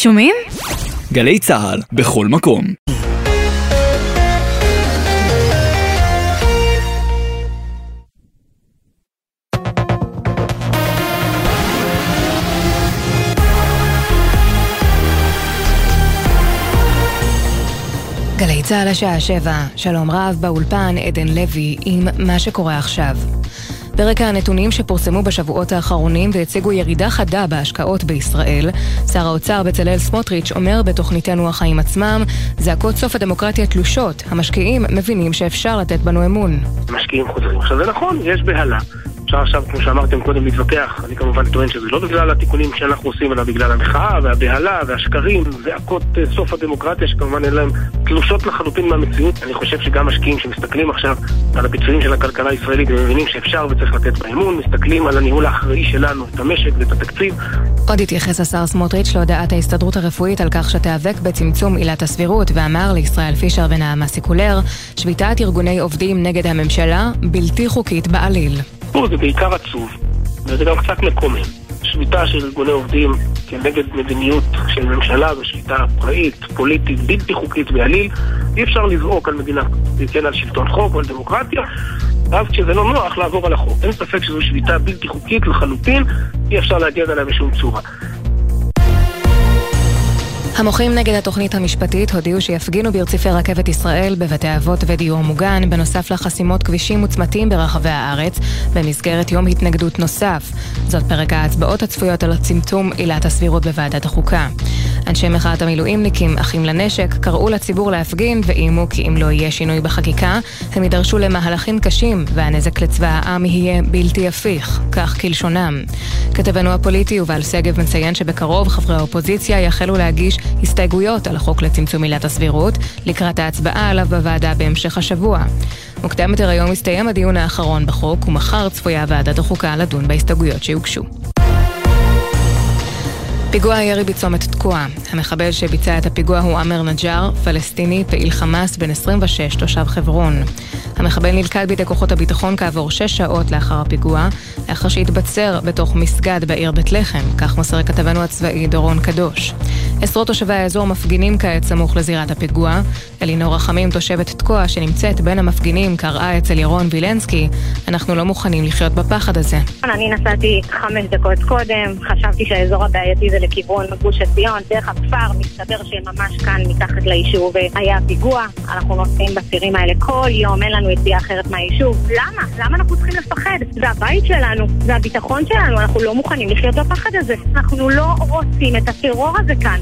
שומעים? גלי צהל, בכל מקום. גלי צהל השעה 7, שלום רב באולפן עדן לוי עם מה שקורה עכשיו. ברקע הנתונים שפורסמו בשבועות האחרונים והציגו ירידה חדה בהשקעות בישראל, שר האוצר בצלאל סמוטריץ' אומר בתוכניתנו החיים עצמם, זעקות סוף הדמוקרטיה תלושות, המשקיעים מבינים שאפשר לתת בנו אמון. המשקיעים חוזרים. עכשיו זה נכון, יש בהלה. אפשר עכשיו, כמו שאמרתם קודם, להתווכח. אני כמובן טוען שזה לא בגלל התיקונים שאנחנו עושים, אלא בגלל המחאה והבהלה והשקרים, זעקות סוף הדמוקרטיה, שכמובן אין להם תלושות לחלוטין מהמציאות. אני חושב שגם משקיעים שמסתכלים עכשיו על הביצועים של הכלכלה הישראלית, הם מבינים שאפשר וצריך לתת באמון, מסתכלים על הניהול האחראי שלנו, את המשק ואת התקציב. עוד התייחס השר סמוטריץ' להודעת ההסתדרות הרפואית על כך שתיאבק בצמצום עילת הסבירות, ואמר לישראל פישר ונעמה סיקולר, שביתת ארגוני עובדים נגד הממשלה בלתי חוקית בעליל. זה בעיקר עצוב, וזה גם קצת מקומם. שביתה של ארגוני עובדים כנגד מדיניות של ממשלה ושביתה פראית, פוליטית, בלתי חוקית בעליל, אי אפשר לזעוק על מדינה, כן, על שלטון חוק או על דמוקרטיה, אז כשזה לא נוח לעבור על החוק. אין ספק שזו שביתה בלתי חוקית לחלוטין, אי אפשר להגיע עליה בשום צורה. המוחים נגד התוכנית המשפטית הודיעו שיפגינו ברציפי רכבת ישראל בבתי אבות ודיור מוגן, בנוסף לחסימות כבישים וצמתים ברחבי הארץ, במסגרת יום התנגדות נוסף. זאת פרק ההצבעות הצפויות על צמצום עילת הסבירות בוועדת החוקה. אנשי מחאת המילואימניקים אחים לנשק קראו לציבור להפגין ואיימו כי אם לא יהיה שינוי בחקיקה, הם יידרשו למהלכים קשים והנזק לצבא העם יהיה בלתי הפיך, כך כלשונם. כתבנו הפוליטי יובל סגב מציין שבקרוב חברי האופוזיציה יחלו להגיש הסתייגויות על החוק לצמצום עילת הסבירות לקראת ההצבעה עליו בוועדה בהמשך השבוע. מוקדם יותר היום מסתיים הדיון האחרון בחוק, ומחר צפויה ועדת החוקה לדון בהסתייגויות שיוגשו. פיגוע הירי בצומת תקוע. המחבל שביצע את הפיגוע הוא עמר נג'אר, פלסטיני, פעיל חמאס בן 26, תושב חברון. המחבל נלכד בידי כוחות הביטחון כעבור 6 שעות לאחר הפיגוע, לאחר שהתבצר בתוך מסגד בעיר בית לחם, כך מוסר כתבנו הצבאי דורון קדוש. עשרות תושבי האזור מפגינים כעת סמוך לזירת הפיגוע. אלינור רחמים, תושבת תקוע שנמצאת בין המפגינים, קראה אצל ירון וילנסקי, אנחנו לא מוכנים לחיות בפחד הזה. אני נסעתי 5 דקות קודם, חשבתי שהאזור הבעייתי זה לכיוון גוש עציון, דרך הכפר, מסתבר שממש כאן מתחת ליישוב היה פיגוע. אנחנו נוסעים בצירים האלה כל יום, אין לנו יציאה אחרת מהיישוב. למה? למה אנחנו צריכים לפחד? זה הבית שלנו, זה הביטחון שלנו, אנחנו לא מוכנים לחיות בפחד הזה. אנחנו לא רוצים את הטרור הזה כאן.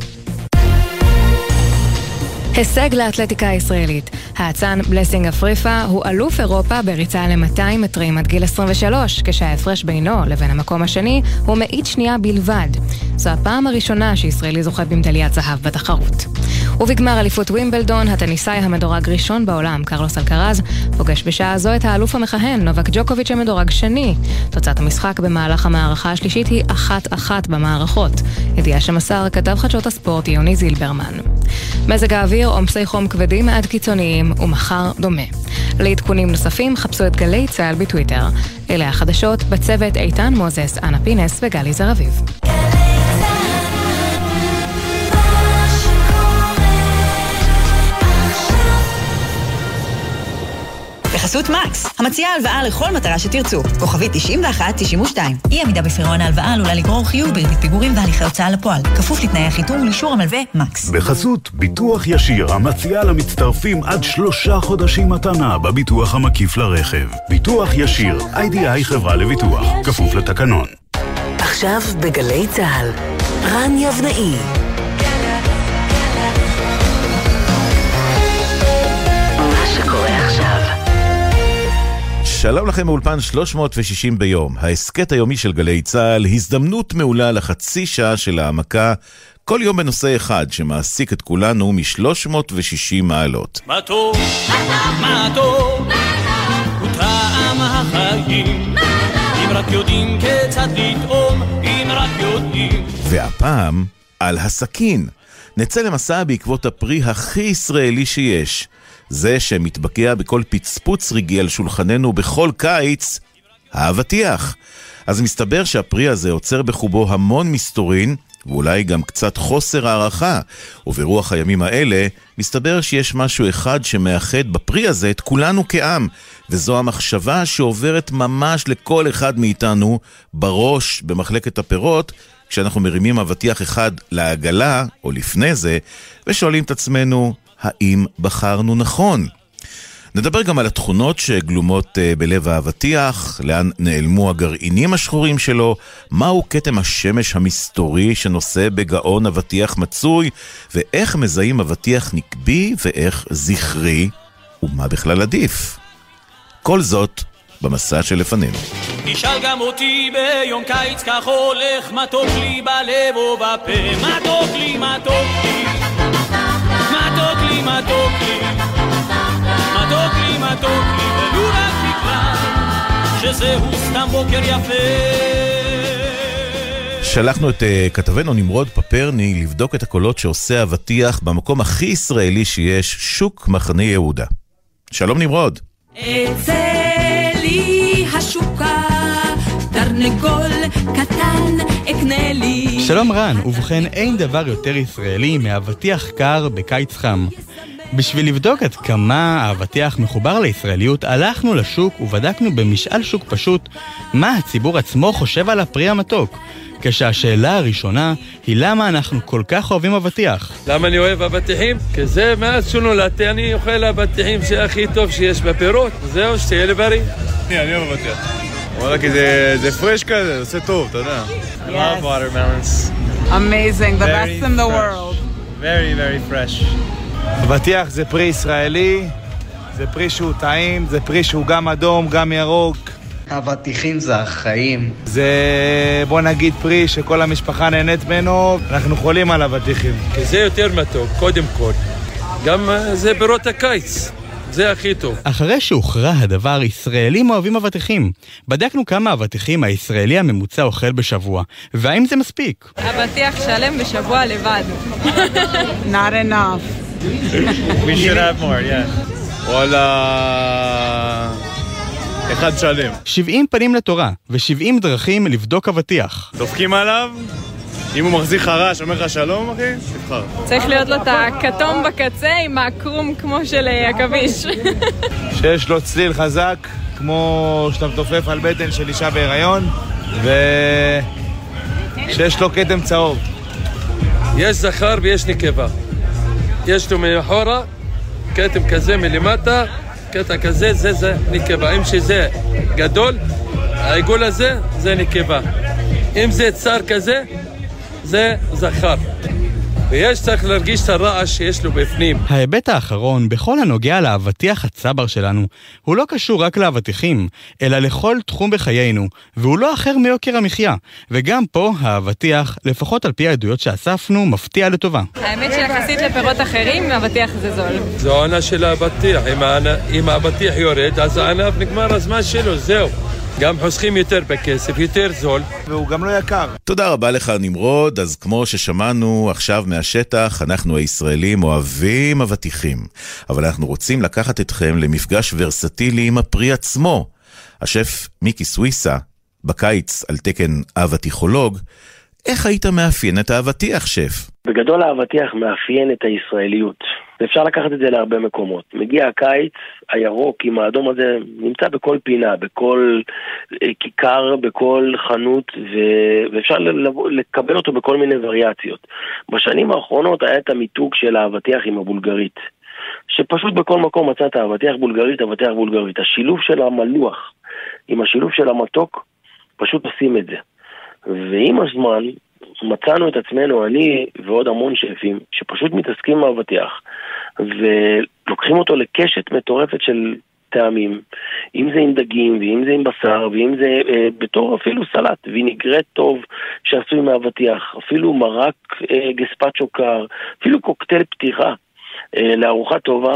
הישג לאתלטיקה הישראלית. האצן בלסינג אפריפה הוא אלוף אירופה בריצה ל-200 מטרים עד גיל 23, כשההפרש בינו לבין המקום השני הוא מאית שנייה בלבד. זו הפעם הראשונה שישראלי זוכה במדליית זהב בתחרות. ובגמר אליפות ווימבלדון, הטניסאי המדורג ראשון בעולם, קרלוס אלקרז, פוגש בשעה זו את האלוף המכהן, נובק ג'וקוביץ' המדורג שני. תוצאת המשחק במהלך המערכה השלישית היא 1-1 במערכות. ידיעה שמסר כתב חדשות הספורט יוני זילברמן. מזג האוויר, עומסי חום כבדים עד קיצוניים, ומחר דומה. לעדכונים נוספים חפשו את גלי צהל בטוויטר. אלה החדשות, בצוות איתן מוזס, אנה פינס וגלי זרביב. בחסות מקס, המציעה הלוואה לכל מטרה שתרצו. כוכבית 9192. אי עמידה בפירעון ההלוואה עלולה לגרור חיוב בריבית פיגורים והליכי הוצאה לפועל. כפוף לתנאי החיתום ולאישור המלווה מקס. בחסות ביטוח ישיר, המציעה למצטרפים עד 3 חודשים מתנה בביטוח המקיף לרכב. ביטוח ישיר, IDI חברה לביטוח. כפוף לתקנון. עכשיו בגלי צהל, רן יבנאי. מה שקורה עכשיו. שלום לכם מאולפן 360 ביום, העסקת היומי של גלי צהל, הזדמנות מעולה לחצי שעה של העמקה, כל יום בנושא אחד שמעסיק את כולנו מ-360 מעלות. מה טוב, מה טוב, הוא טעם החיים, אם רק יודעים כיצד לטעום, אם רק יודעים. והפעם על הסכין. נצא למסע בעקבות הפרי הכי ישראלי שיש. זה שמתבקע בכל פצפוץ רגעי על שולחננו בכל קיץ, האבטיח. אז מסתבר שהפרי הזה עוצר בחובו המון מסתורין, ואולי גם קצת חוסר הערכה. וברוח הימים האלה, מסתבר שיש משהו אחד שמאחד בפרי הזה את כולנו כעם, וזו המחשבה שעוברת ממש לכל אחד מאיתנו בראש במחלקת הפירות, כשאנחנו מרימים אבטיח אחד לעגלה, או לפני זה, ושואלים את עצמנו, האם בחרנו נכון? נדבר גם על התכונות שגלומות בלב האבטיח, לאן נעלמו הגרעינים השחורים שלו, מהו כתם השמש המסתורי שנושא בגאון אבטיח מצוי, ואיך מזהים אבטיח נקבי ואיך זכרי, ומה בכלל עדיף. כל זאת במסע שלפנינו. תשאל גם אותי ביום קיץ כך הולך, מתוק לי בלב ובפה, מתוק לי, מתוק לי, מתוק לי, מתוק לי, מתוק לי, מתוק לי, ולו רק בגלל שזהו סתם בוקר יפה. שלחנו את כתבנו נמרוד פפרני לבדוק את הקולות שעושה אבטיח במקום הכי ישראלי שיש, שוק מחנה יהודה. שלום נמרוד. אצלי השוקה, תרנגול קטן אקנה לי. שלום רן, ובכן אין דבר יותר ישראלי מאבטיח קר בקיץ חם. בשביל לבדוק עד כמה האבטיח מחובר לישראליות, הלכנו לשוק ובדקנו במשאל שוק פשוט מה הציבור עצמו חושב על הפרי המתוק. כשהשאלה הראשונה היא למה אנחנו כל כך אוהבים אבטיח. למה אני אוהב אבטיחים? כי זה מאז שנולדתי אני אוכל אבטיחים שהכי טוב שיש בפירות. זהו, שתהיה לי בריא. אני אוהב אבטיח. וואלה, כי זה פרש כזה, זה עושה טוב, אתה יודע. I love watermelons. Amazing, the best in the world. Very, very fresh. אבטיח זה פרי ישראלי, זה פרי שהוא טעים, זה פרי שהוא גם אדום, גם ירוק. אבטיחים זה החיים. זה, בוא נגיד, פרי שכל המשפחה נהנית ממנו, אנחנו חולים על אבטיחים. כי זה יותר מתוק, קודם כל. גם זה פירות הקיץ, זה הכי טוב. אחרי שהוכרע הדבר, ישראלים אוהבים אבטיחים. בדקנו כמה אבטיחים הישראלי הממוצע אוכל בשבוע, והאם זה מספיק? אבטיח שלם בשבוע לבד. Not enough. We should have more, yeah. וואלה... אחד שלם. 70 פנים לתורה, ו70 דרכים לבדוק אבטיח. דופקים עליו, אם הוא מחזיק חרש, אומר לך שלום, אחי, תבחר. צריך להיות לו את הכתום בקצה עם הקרום כמו של הכביש. שיש לו צליל חזק, כמו שאתה מתופף על בטן של אישה בהיריון, ושיש לו כתם צהוב. יש זכר ויש נקבה. יש לו מאחורה, כתם כזה מלמטה, קטע כזה, זה נקבה. אם שזה גדול, העיגול הזה, זה נקבה. אם זה צר כזה, זה זכר. ויש צריך להרגיש את הרעש שיש לו בפנים. ההיבט האחרון, בכל הנוגע לאבטיח הצבר שלנו, הוא לא קשור רק לאבטיחים, אלא לכל תחום בחיינו, והוא לא אחר מיוקר המחיה. וגם פה האבטיח, לפחות על פי העדויות שאספנו, מפתיע לטובה. האמת שיחסית לפירות אחרים, האבטיח זה זול. זו העונה של האבטיח. אם האבטיח יורד, אז הענף נגמר הזמן שלו, זהו. גם חוסכים יותר בכסף, יותר זול. והוא גם לא יקר. תודה רבה לך נמרוד. אז כמו ששמענו עכשיו מהשטח, אנחנו הישראלים אוהבים אבטיחים. אבל אנחנו רוצים לקחת אתכם למפגש ורסטילי עם הפרי עצמו. השף מיקי סוויסה, בקיץ על תקן אבטיחולוג, איך היית מאפיין את האבטיח, שף? בגדול האבטיח מאפיין את הישראליות. ואפשר לקחת את זה להרבה מקומות. מגיע הקיץ, הירוק עם האדום הזה נמצא בכל פינה, בכל כיכר, בכל חנות, ואפשר לקבל אותו בכל מיני וריאציות. בשנים האחרונות היה את המיתוג של האבטיח עם הבולגרית, שפשוט בכל מקום מצאת אבטיח בולגרית, אבטיח בולגרית. השילוב של המלוח עם השילוב של המתוק, פשוט עושים את זה. ועם הזמן מצאנו את עצמנו, אני ועוד המון שפים, שפשוט מתעסקים עם האבטיח, ולוקחים אותו לקשת מטורפת של טעמים, אם זה עם דגים, ואם זה עם בשר, ואם זה בתור אפילו סלט, וינגרט טוב שעשוי מאבטיח, אפילו מרק גספצ'ו קר, אפילו קוקטייל פתיחה לארוחה טובה,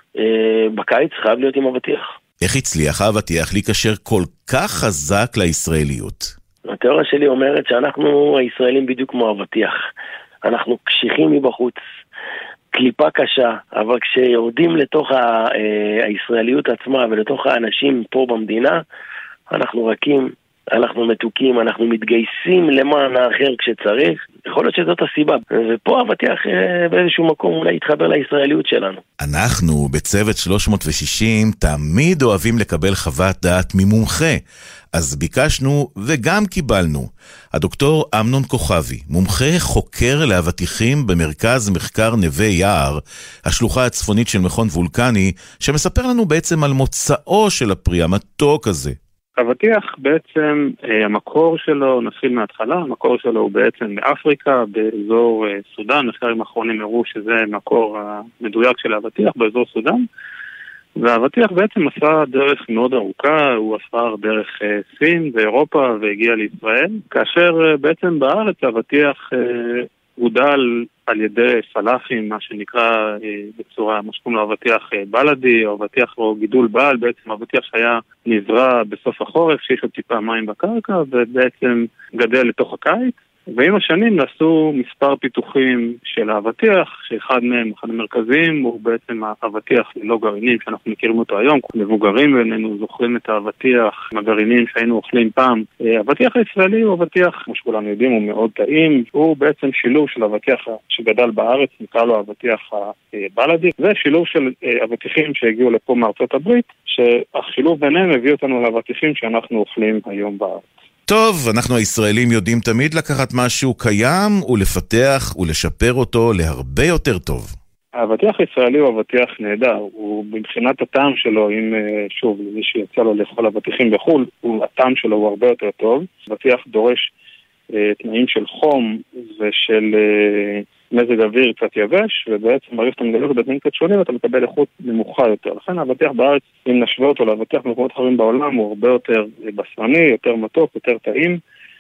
בקיץ חייב להיות עם אבטיח. איך הצליח האבטיח להיקשר כל כך חזק לישראליות? התיאוריה שלי אומרת שאנחנו הישראלים בדיוק כמו אבטיח. אנחנו קשיחים מבחוץ, קליפה קשה, אבל כשיורדים לתוך הישראליות עצמה ולתוך האנשים פה במדינה, אנחנו רכים, אנחנו מתוקים, אנחנו מתגייסים למען האחר כשצריך. יכול להיות שזאת הסיבה. ופה אבטיח באיזשהו מקום אולי יתחבר לישראליות שלנו. אנחנו בצוות 360 תמיד אוהבים לקבל חוות דעת ממומחה. אז ביקשנו וגם קיבלנו. הדוקטור אמנון כוכבי, מומחה חוקר לאבטיחים במרכז מחקר נווה יער, השלוחה הצפונית של מכון וולקני, שמספר לנו בעצם על מוצאו של הפרי המתוק הזה. אבטיח בעצם, המקור שלו, נתחיל מההתחלה, המקור שלו הוא בעצם באפריקה, באזור סודן, מחקרים האחרונים הראו שזה מקור המדויק של האבטיח באזור סודן, והאבטיח בעצם עשה דרך מאוד ארוכה, הוא עבר דרך סין ואירופה והגיע לישראל, כאשר בעצם בארץ האבטיח גודל על ידי פלאפים, מה שנקרא בצורה, מה שקוראים לו אבטיח בלדי, או אבטיח או גידול בעל, בעצם אבטיח שהיה נזרע בסוף החורף, שיש עוד טיפה מים בקרקע, ובעצם גדל לתוך הקיץ. ועם השנים נעשו מספר פיתוחים של האבטיח, שאחד מהם, אחד המרכזיים, הוא בעצם האבטיח ללא גרעינים, שאנחנו מכירים אותו היום, מבוגרים בינינו זוכרים את האבטיח עם הגרעינים שהיינו אוכלים פעם. האבטיח הישראלי הוא אבטיח, כמו שכולנו יודעים, הוא מאוד טעים, הוא בעצם שילוב של אבטיח שגדל בארץ, נקרא לו אבטיח הבלדי, ושילוב של אבטיחים שהגיעו לפה מארצות הברית, שהשילוב ביניהם הביא אותנו לאבטיחים שאנחנו אוכלים היום בארץ. טוב, אנחנו הישראלים יודעים תמיד לקחת משהו קיים ולפתח ולשפר אותו להרבה יותר טוב. האבטיח הישראלי הוא אבטיח נהדר, הוא מבחינת הטעם שלו, אם שוב, מי שיצא לו לאכול אבטיחים בחול, הטעם שלו הוא הרבה יותר טוב. אבטיח דורש תנאים של חום ושל מזג אוויר קצת יבש, ובעצם ברגע שאתה מגלה אותו בתנאים קצת שונים, אתה מקבל איכות נמוכה יותר. לכן האבטיח בארץ, אם נשווה אותו לאבטיח במקומות אחרים בעולם, הוא הרבה יותר בשרני, יותר מתוק, יותר טעים,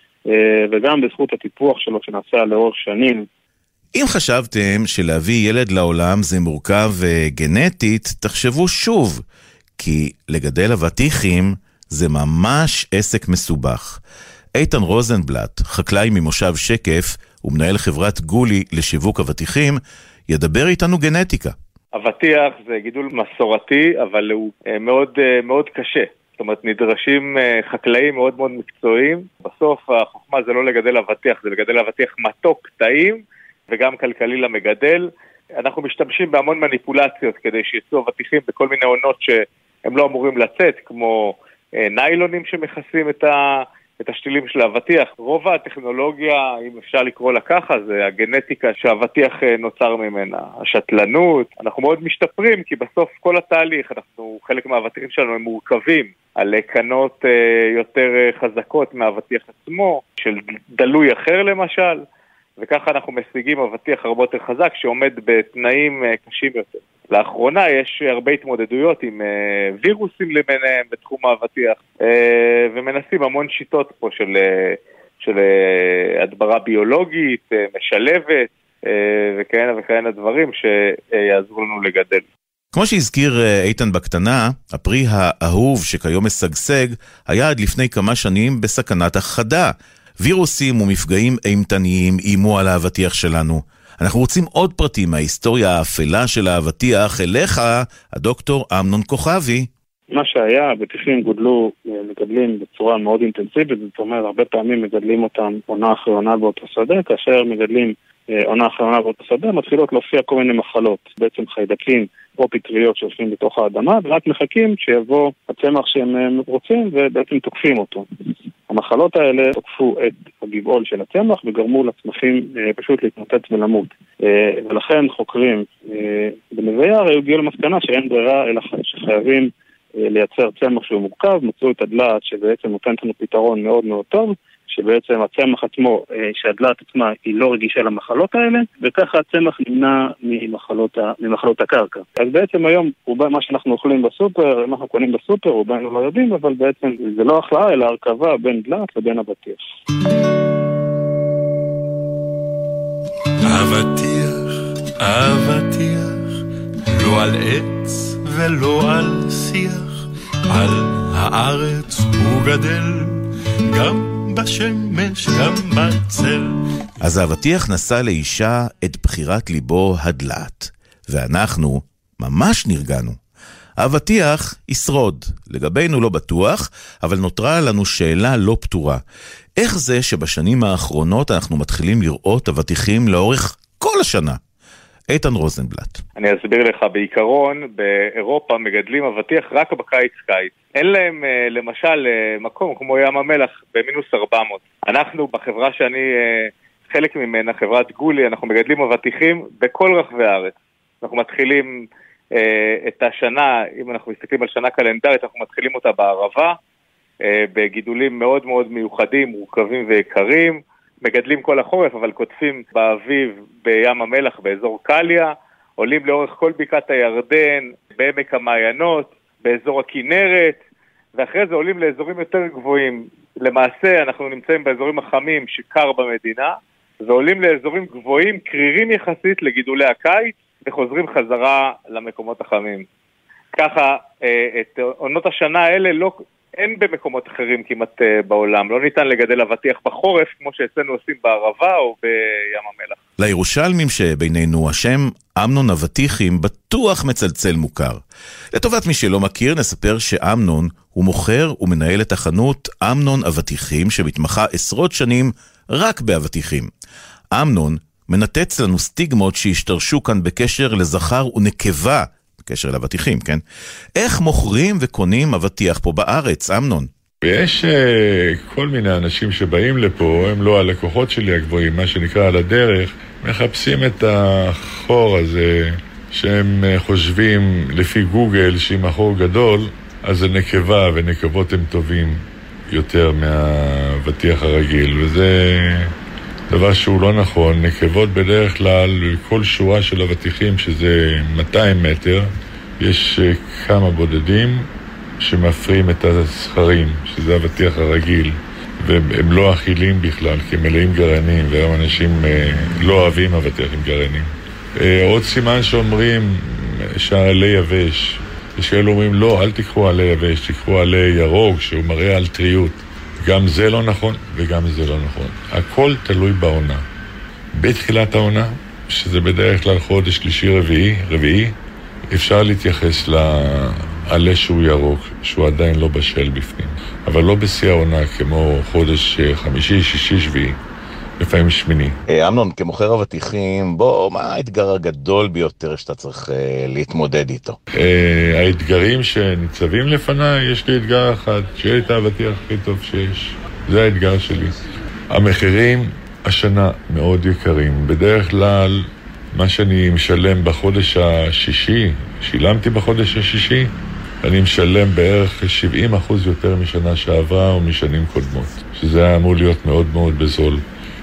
וגם בזכות הטיפוח שלו שנעשה לאורך שנים. אם חשבתם שלהביא ילד לעולם זה מורכב גנטית, תחשבו שוב, כי לגדל אבטיחים זה ממש עסק מסובך. איתן רוזנבלט, חקלאי ממושב שקף ומנהל חברת גולי לשיווק אבטיחים, ידבר איתנו גנטיקה. אבטיח זה גידול מסורתי, אבל הוא מאוד מאוד קשה. זאת אומרת, נדרשים חקלאים מאוד מאוד מקצועיים. בסוף החוכמה זה לא לגדל אבטיח, זה לגדל אבטיח מתוק, טעים, וגם כלכלי למגדל. אנחנו משתמשים בהמון מניפולציות כדי שיצאו אבטיחים בכל מיני עונות שהם לא אמורים לצאת, כמו ניילונים שמכסים את השתילים של האבטיח. רוב הטכנולוגיה, אם אפשר לקרוא לה ככה, זה הגנטיקה שהאבטיח נוצר ממנה. השתלנות, אנחנו מאוד משתפרים, כי בסוף כל התהליך, חלק מהאבטיחים שלנו הם מורכבים על קנות יותר חזקות מהאבטיח עצמו, של דלוי אחר למשל, וככה אנחנו משיגים אבטיח הרבה יותר חזק שעומד בתנאים קשים יותר. לאחרונה יש הרבה התמודדויות עם וירוסים למיניהם בתחום האבטיח, ומנסים המון שיטות פה של הדברה ביולוגית, משלבת, וכהנה דברים שיעזרו לנו לגדל. כמו שהזכיר איתן בקטנה, הפרי האהוב שכיום משגשג היה עד לפני כמה שנים בסכנת הכחדה. וירוסים ומפגעים אימתניים אימו על האבטיח שלנו. אנחנו רוצים עוד פרטים מההיסטוריה האפלה של האבטיח. אליך, הדוקטור אמנון כוכבי. מה שהיה, אבטיחים מגדלים בצורה מאוד אינטנסיבית, זאת אומרת, הרבה פעמים מגדלים אותם עונה אחרי עונה באותו שדה, כאשר מגדלים עונה אחרי עונה באותו שדה, מתחילות להופיע כל מיני מחלות, בעצם חיידקים או פטריות שיושבים בתוך האדמה, ורק מחכים שיבוא הצמח שהם רוצים ובעצם תוקפים אותו. המחלות האלה תוקפו את הגבעול של הצמח וגרמו לצמחים פשוט להתמוטט ולמות. ולכן חוקרים בנווה יער הגיעו למסקנה שאין ברירה אלא שחייבים לייצר צמח שהוא מורכב, מצאו את הדלעת שבעצם נותנת לנו פתרון מאוד מאוד טוב, שבעצם הצמח עצמו, שהדלעת עצמה היא לא רגישה למחלות האלה, וככה הצמח נמנע ממחלות הקרקע. אז בעצם היום, מה שאנחנו אוכלים בסופר, מה אנחנו קונים בסופר, רובנו לא יודעים, אבל בעצם זה לא החלאה, אלא הרכבה בין דלעת לבין אבטיח. אבטיח, לא על עץ ולא על שיח, על הארץ הוא גדל, גם בשמש, גם בצל. אז האבטיח נשא לאישה את בחירת ליבו הדלת, ואנחנו ממש נרגענו. האבטיח ישרוד. לגבינו לא בטוח, אבל נותרה לנו שאלה לא פתורה. איך זה שבשנים האחרונות אנחנו מתחילים לראות אבטיחים לאורך כל השנה? איתן רוזנבלט. אני אסביר לך, בעיקרון באירופה מגדלים אבטיח רק בקיץ. אין להם למשל מקום כמו ים המלח במינוס 400. אנחנו בחברה שאני חלק ממנה, חברת גולי, אנחנו מגדלים אבטיחים בכל רחבי הארץ. אנחנו מתחילים את השנה, אם אנחנו מסתכלים על שנה קלנדרית, אנחנו מתחילים אותה בערבה, בגידולים מאוד מאוד מיוחדים, מורכבים ויקרים, מגדלים כל החורף, אבל קוטפים באביב בים המלח באזור קליה, עולים לאורך כל בקעת הירדן, בעמק המעיינות, באזור הכינרת, ואחרי זה עולים לאזורים יותר גבוהים. למעשה אנחנו נמצאים באזורים החמים שקר במדינה, ועולים לאזורים גבוהים, קרירים יחסית לגידולי הקיץ, וחוזרים חזרה למקומות החמים. ככה, את עונות השנה האלה אין במקומות אחרים כמעט בעולם. לא ניתן לגדל אבטיח בחורף, כמו שאצלנו עושים בערבה או בים המלח. לירושלמים שבינינו, השם אמנון אבטיחים בטוח מצלצל מוכר. לטובת מי שלא מכיר, נספר שאמנון הוא מוכר ומנהל את החנות אמנון אבטיחים, שמתמחה עשרות שנים רק באבטיחים. אמנון מנתץ לנו סטיגמות שהשתרשו כאן בקשר לזכר ונקבה, בקשר לאבטיחים, כן? איך מוכרים וקונים אבטיח פה בארץ, אמנון? ויש כל מיני אנשים שבאים לפה, הם לא הלקוחות שלי הגבוהים, מה שנקרא על הדרך, מחפשים את החור הזה, שהם חושבים לפי גוגל שאם החור גדול, אז זה נקבה, ונקבות הם טובים יותר מהאבטיח הרגיל, וזה דבר שהוא לא נכון. נקבות בדרך כלל, כל שורה של אבטיחים, שזה 200 מטר, יש כמה בודדים שמפרים את הזכרים, שזה אבטיח הרגיל, והם לא אכילים בכלל, כי הם מלאים גרעינים, והיום אנשים לא אוהבים אבטיח עם גרעינים. עוד סימן שאומרים שהעלה יבש, יש כאלה אומרים לא, אל תיקחו עלה יבש, תיקחו עלה ירוק, שהוא מראה על טריות. גם זה לא נכון וגם זה לא נכון. הכל תלוי בעונה. בתחילת העונה, שזה בדרך כלל חודש שלישי רביעי, אפשר להתייחס לעלה שהוא ירוק, שהוא עדיין לא בשל בפנים. אבל לא בשיא העונה, כמו חודש חמישי, שישי, שביעי, לפעמים שמיני. אמנון, כמוכר אבטיחים, מה האתגר הגדול ביותר שאתה צריך להתמודד איתו? האתגרים שניצבים לפניי, יש לי אתגר אחד, שיהיה לי את האבטיח הכי טוב שיש. זה האתגר שלי. המחירים השנה מאוד יקרים. בדרך כלל, מה שאני משלם בחודש השישי, שילמתי בחודש השישי, אני משלם בערך 70% יותר משנה שעברה או משנים קודמות. שזה היה אמור להיות מאוד מאוד בזול.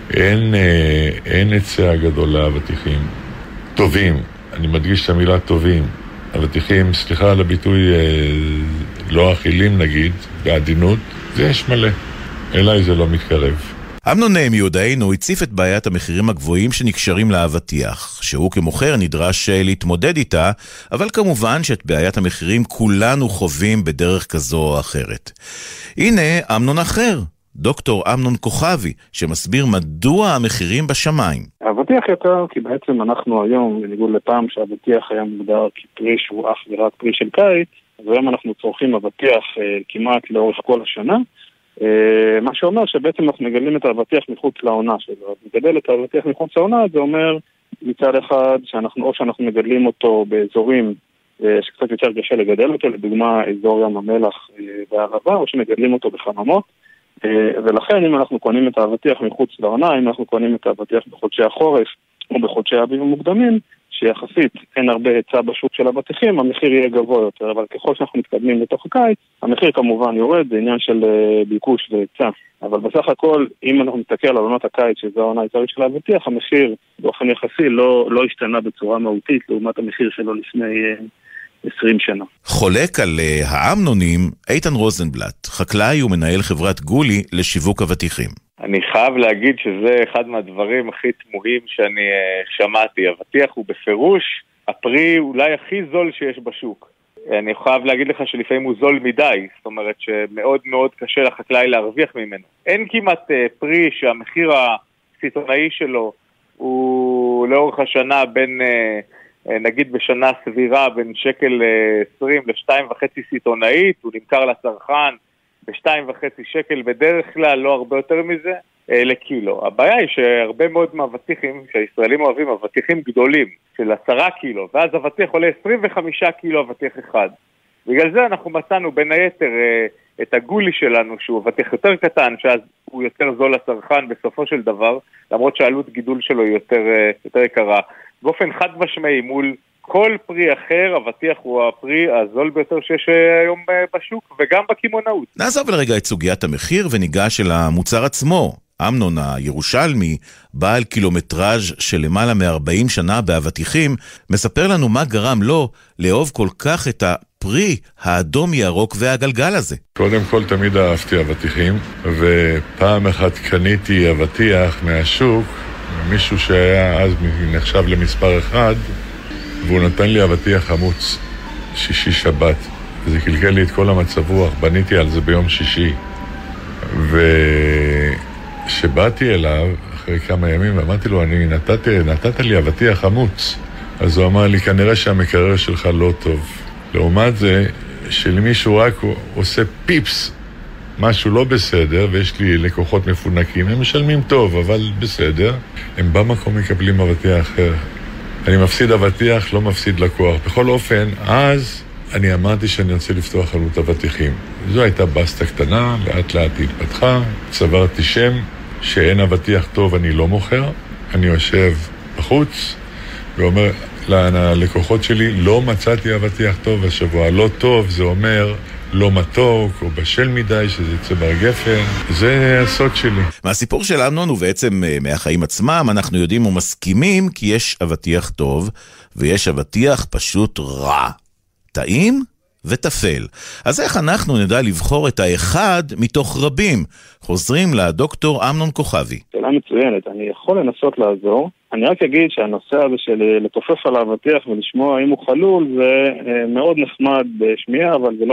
אין היצע גדול לאבטיחים. טובים, אני מדגיש את המילה טובים. אבטיחים, סליחה על הביטוי, לא אכילים נגיד, בעדינות, זה יש מלא. אליי זה לא מתקרב. אמנון מיודענו הציף את בעיית המחירים הגבוהים שנקשרים לאבטיח, שהוא כמוכר נדרש להתמודד איתה, אבל כמובן שאת בעיית המחירים כולנו חווים בדרך כזו או אחרת. הנה אמנון אחר, דוקטור אמנון כוכבי, שמסביר מדוע המחירים בשמיים. האבטיח יקר כי בעצם אנחנו היום, בניגוד לפעם שהאבטיח היה מוגדר כפרי שהוא אך ורק פרי של קיץ, אז היום אנחנו צורכים אבטיח כמעט לאורך כל השנה, מה שאומר שבעצם אנחנו מגדלים את האבטיח מחוץ לעונה שלו. מגדל את האבטיח מחוץ לעונה זה אומר מצד אחד או שאנחנו מגדלים אותו באזורים שקצת יותר קשה לגדל אותו, לדוגמה אזור ים המלח בערבה, או שמגדלים אותו בחממות, ולכן אם אנחנו קונים את האבטיח מחוץ לעונה, אם אנחנו קונים את האבטיח בחודשי החורף או בחודשי האביב המוקדמים, שיחסית אין הרבה היצע בשוק של אבטיחים, המחיר יהיה גבוה יותר, אבל ככל שאנחנו מתקדמים לתוך הקיץ, המחיר כמובן יורד, זה עניין של ביקוש והיצע. אבל בסך הכל, אם אנחנו מסתכל על עונת הקיץ, שזו העונה העיקרית של האבטיח, המחיר באופן יחסי לא השתנה בצורה מהותית, לעומת המחיר שלו לפני 20 שנה. חולק על האמנונים, איתן רוזנבלט, חקלאי ומנהל חברת גולי לשיווק אבטיחים. אני חייב להגיד שזה אחד מהדברים הכי תמוהים שאני שמעתי. אבטיח הוא בפירוש הפרי אולי הכי זול שיש בשוק. אני חייב להגיד לך שלפעמים הוא זול מדי, זאת אומרת שמאוד מאוד קשה לחקלאי להרוויח ממנו. אין כמעט פרי שהמחיר הסיטונאי שלו הוא לאורך השנה בין נגיד בשנה סבירה בין שקל 20 ל-2.5 סיטונאית, הוא נמכר לצרכן ב-2.5 שקל בדרך כלל, לא הרבה יותר מזה, לקילו. הבעיה היא שהרבה מאוד מהאבטיחים, שהישראלים אוהבים אבטיחים גדולים של 10 קילו, ואז אבטיח עולה 25 קילו אבטיח אחד. בגלל זה אנחנו מצאנו בין היתר את הגולי שלנו, שהוא אבטיח יותר קטן, שאז הוא יותר זול לצרכן בסופו של דבר, למרות שהעלות גידול שלו היא יותר יקרה. באופן חד משמעי מול כל פרי אחר, אבטיח הוא הפרי הזול ביותר שיש היום בשוק, וגם בקימונאות. נעזוב לרגע את סוגיית המחיר וניגש אל המוצר עצמו. אמנון הירושלמי, בעל קילומטראז' של למעלה מ-40 שנה באבטיחים, מספר לנו מה גרם לו לאהוב כל כך את הפרי האדום ירוק והגלגל הזה. קודם כל תמיד אהבתי אבטיחים, ופעם אחת קניתי אבטיח מהשוק, מישהו שהיה אז נחשב למספר אחד, והוא נתן לי אבטיח חמוץ, שישי שבת. זה קלקל לי את כל המצב רוח, בניתי על זה ביום שישי. שבאתי אליו אחרי כמה ימים ואמרתי לו, נתת לי אבטיח חמוץ. אז הוא אמר לי, כנראה שהמקרר שלך לא טוב. לעומת זה, שלמישהו רק עושה פיפס, משהו לא בסדר, ויש לי לקוחות מפונקים, הם משלמים טוב, אבל בסדר. הם במקום מקבלים אבטיח אחר. אני מפסיד אבטיח, לא מפסיד לקוח. בכל אופן, אז אני אמרתי שאני רוצה לפתוח חנות אבטיחים. זו הייתה בסטה קטנה, לאט לאט התפתחה, צברתי שם, שאין אבטיח טוב אני לא מוכר. אני יושב בחוץ ואומר ללקוחות שלי, לא מצאתי אבטיח טוב השבוע. לא טוב זה אומר לא מתוק או בשל מדי, שזה צבר גפן. זה הסוד שלי. מהסיפור של אמנון ובעצם מהחיים עצמם אנחנו יודעים ומסכימים כי יש אבטיח טוב ויש אבטיח פשוט רע, טעים וטפל. אז איך אנחנו נדע לבחור את האחד מתוך רבים? חוזרים לדוקטור אמנון כוכבי. שאלה מצוינת, אני יכול לנסות לעזור. אני רק אגיד שהנושא הזה של לתופף על האבטיח ולשמוע האם הוא חלול זה מאוד נחמד בשמיעה, אבל זה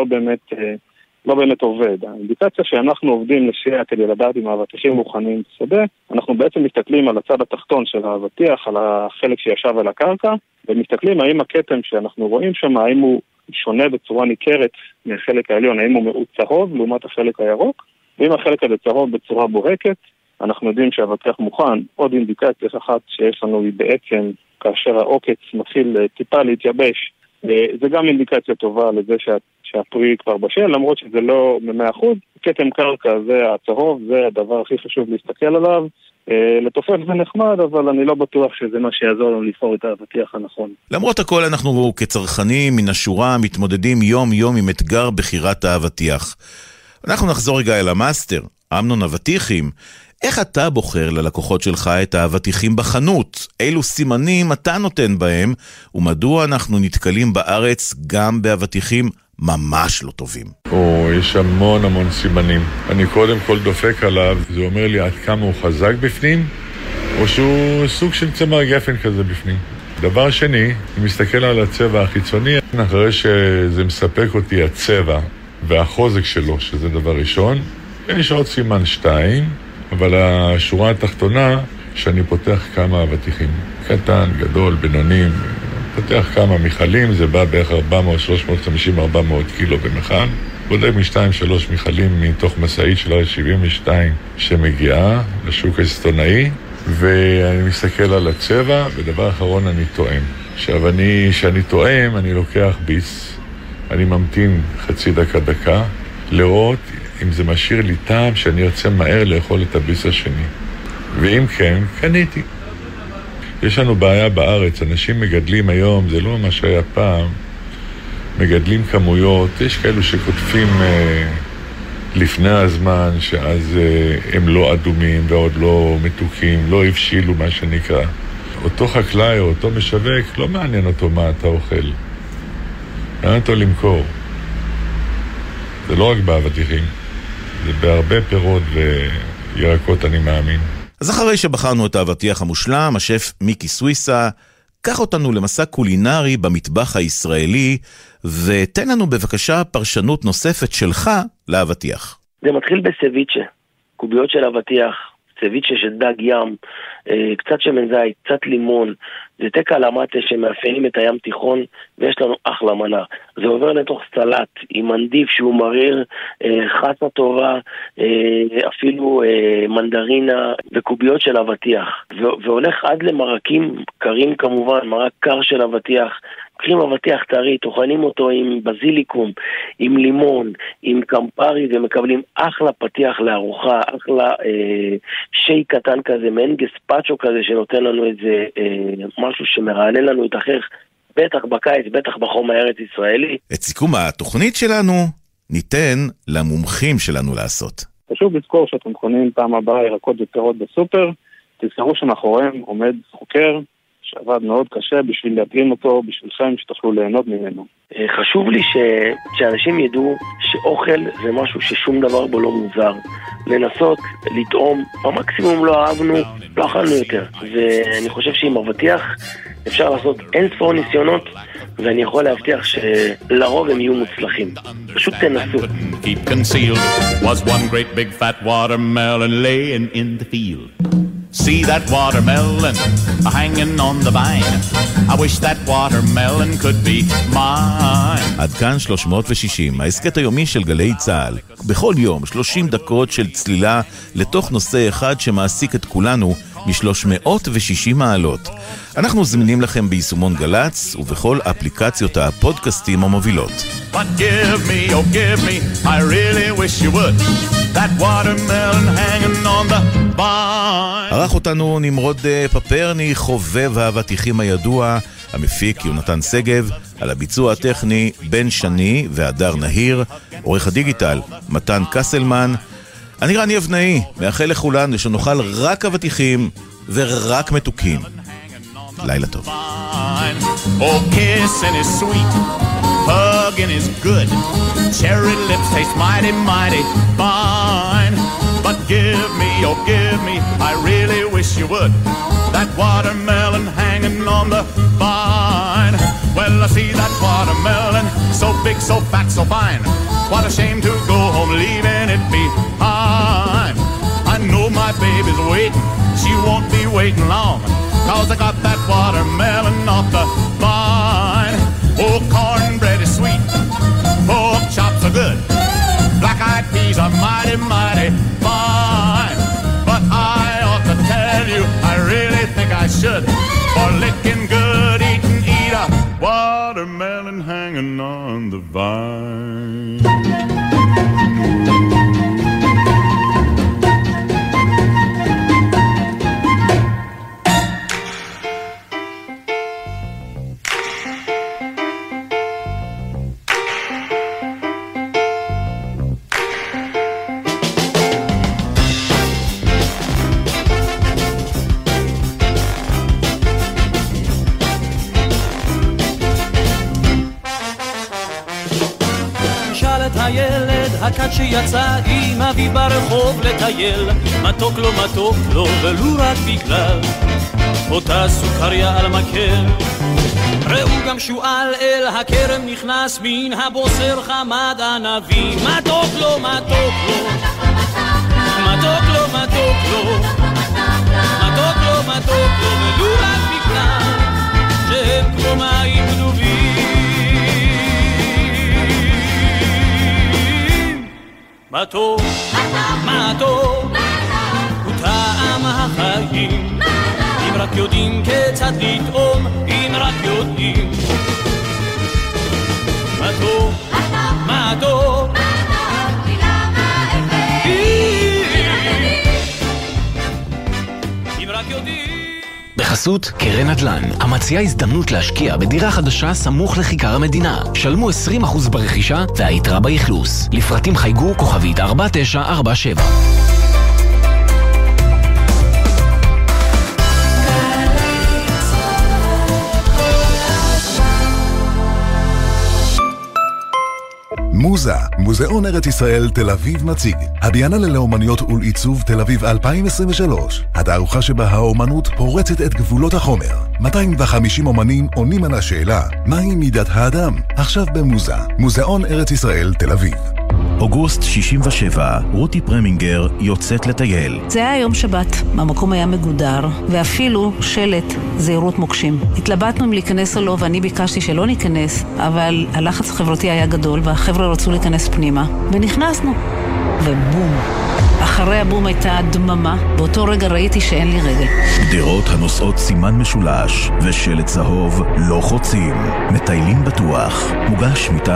לא באמת עובד. האינדיקציה שאנחנו עובדים לפיה כדי לדעת אם האבטיחים מוכנים בשדה, אנחנו בעצם מסתכלים על הצד התחתון של האבטיח, על החלק שישב על הקרקע, ומסתכלים האם הכתם שאנחנו רואים שם, האם הוא שונה בצורה ניכרת מהחלק העליון, האם הוא מאוד צהוב לעומת החלק הירוק, ואם החלק הזה צהוב בצורה בוהקת, אנחנו יודעים שהאבטיח מוכן. עוד אינדיקציה אחת שיש לנו היא בעצם כאשר העוקץ מתחיל טיפה להתייבש, זה גם אינדיקציה טובה לזה שהפרי כבר בשל, למרות שזה לא ב-100%. כתם קרקע זה הצהוב, זה הדבר הכי חשוב להסתכל עליו. לתופף זה נחמד, אבל אני לא בטוח שזה מה שיעזור לנו לבחור את האבטיח הנכון. למרות הכל אנחנו כצרכנים מן השורה מתמודדים יום יום עם אתגר בחירת האבטיח. אנחנו נחזור רגע אל המאסטר, אמנון אבטיחים. איך אתה בוחר ללקוחות שלך את האבטיחים בחנות? אילו סימנים אתה נותן בהם, ומדוע אנחנו נתקלים בארץ גם באבטיחים ממש לא טובים? יש המון סימנים. אני קודם כל דופק עליו, זה אומר לי עד כמה הוא חזק בפנים, או שהוא סוג של צמר גפן כזה בפנים. דבר שני, אני מסתכל על הצבע החיצוני, אחרי שזה מספק אותי הצבע והחוזק שלו, שזה דבר ראשון, יש עוד סימן 2, אבל השורה התחתונה, שאני פותח כמה אבטיחים, קטן, גדול, בינונים, פותח כמה מיכלים, זה בא בערך 400, 350, 400 קילו במכל, בודק מ2-3 מיכלים מתוך מסעית של 72 שמגיעה לשוק הסיטונאי, ואני מסתכל על הצבע, ודבר אחרון אני טועם. עכשיו, כשאני טועם, אני לוקח ביס, אני ממתין חצי דקה, לראות אם זה משאיר לי טעם שאני רוצה מהר לאכול את הביס השני. ואם כן, קניתי. יש לנו בעיה בארץ, אנשים מגדלים היום, זה לא מה שהיה פעם, מגדלים כמויות, יש כאלו שכותפים לפני הזמן, שאז הם לא אדומים ועוד לא מתוקים, לא הבשילו מה שנקרא. אותו חקלאי או אותו משווק, לא מעניין אותו מה אתה אוכל. מעניין אותו למכור. זה לא רק באבטיחים, זה בהרבה פירות וירקות אני מאמין. אז אחרי שבחרנו את האבטיח המושלם, השף מיקי סוויסה, קח אותנו למסע קולינרי במטבח הישראלי, ותן לנו בבקשה פרשנות נוספת שלך לאבטיח. זה מתחיל בסביצ'ה, קוביות של אבטיח, צביצ'ה של דג ים, קצת שמן זית, קצת לימון, זה תקע למטה שמאפיינים את הים תיכון, ויש לנו אחלה מנה. זה עובר לתוך סלט עם מנדיף שהוא מריר, חסה טובה, אפילו מנדרינה וקוביות של אבטיח. והולך עד למרקים קרים כמובן, מרק קר של אבטיח. קחים אבטיח טרי, טוחנים אותו עם בזיליקום, עם לימון, עם קמפרי, ומקבלים אחלה פתיח לארוחה, אחלה שי קטן כזה, מעין גספצ'ו כזה, שנותן לנו איזה משהו שמרענן לנו את החך, בטח בקיץ, בטח בחום הארץ ישראלי. את סיכום התוכנית שלנו ניתן למומחים שלנו לעשות. חשוב לזכור שאתם קונים פעם הבאה ירקות ופירות בסופר, תזכרו שמאחוריהם עומד חוקר, שעבד מאוד קשה בשביל להתאים אותו, בשבילכם שתוכלו ליהנות ממנו. חשוב לי שאנשים ידעו שאוכל זה משהו ששום דבר בו לא מוזר. לנסות, לטעום, במקסימום לא אהבנו, לא אכלנו יותר. ואני חושב שעם אבטיח אפשר לעשות אין ספור ניסיונות, ואני יכול להבטיח שלרוב הם יהיו מוצלחים. פשוט תנסו. Keep concealed was one great big fat watermelon laying in the field. See that watermelon hanging on the vine. I wish that watermelon could be mine. עד כאן 360, ההסקט היומי של גלי צהל. בכל יום 30 דקות של צלילה לתוך נושא אחד שמעסיק את כולנו מ360 מעלות. אנחנו זמינים לכם ביישומון גלץ ובכל אפליקציות הפודקאסטים המובילות. But give me, oh give me, I really wish you would. That watermelon hanging on the vine. ערך אותנו נמרוד פפרני, חובב האבטיחים הידוע, המפיק יונתן סגב, על הביצוע הטכני בן שני והדר נהיר, עורך הדיגיטל מתן קסלמן. אני רני אבנאי, מאחל לכולנו שנאכל רק אבטיחים ורק מתוקים. לילה טוב. Oh, kissing is sweet, hugging is good, cherry lips taste mighty, mighty fine. But give me, oh give me, I really wish you would, that watermelon hanging on the vine. Well, I see that watermelon, so big, so fat, so fine. What a shame to go home leaving it behind. I know my baby's waiting, she won't be waiting long, 'cause I got that watermelon off the vine. Oh, cornbread is sweet, pork chops are good, black-eyed peas are mighty, mighty fine. But I ought to tell you, I really think I should, for licking good, eating, eat a watermelon hanging on the vine. הילד הקט שיצא עם אבי ברחוב לטייל, מתוק לו ולו רק בגלל אותה סוכריה על מקל. ראו גם שואל אל הכרם נכנס מן הבוסר חמד ענבים, מתוק לו מתוק לו מתוק לו מתוק לו מתוק לו מתוק לו ולו רק בגלל שהם כמו מים גנובים. מתוק, מתוק, הוא טעם החיים, אם רק יודעים כיצד לטעום, אם רק יודעים. מתוק, מתוק, אם רק יודעים. בחסות קרן נדל"ן, המציעה הזדמנות להשקיע בדירה חדשה סמוך לכיכר המדינה. שלמו 20% ברכישה והיתרה באכלוס. לפרטים חייגו כוכבית 4947. מוזה, מוזיאון ארץ ישראל תל אביב מציג הביאנלה לאומניות ולעיצוב תל אביב 2023. התערוכה שבה האומנות פורצת את גבולות החומר. 250 אומנים עונים על השאלה מהי מידת האדם. עכשיו במוזה, מוזיאון ארץ ישראל תל אביב. אוגוסט 67, רותי פרמינגר יוצאת לטייל. זה היה יום שבת, המקום היה מגודר, ואפילו שלט זהירות מוקשים. התלבטנו אם להיכנס או לא, ואני ביקשתי שלא ניכנס, אבל הלחץ החברתי היה גדול, והחבר'ה רצו להיכנס פנימה, ונכנסנו. ובום. אחרי הבום הייתה דממה, באותו רגע ראיתי שאין לי רגל. גדרות הנושאות סימן משולש, ושלט צהוב לא חוצים. מטיילים בטוח. מוגש מטעם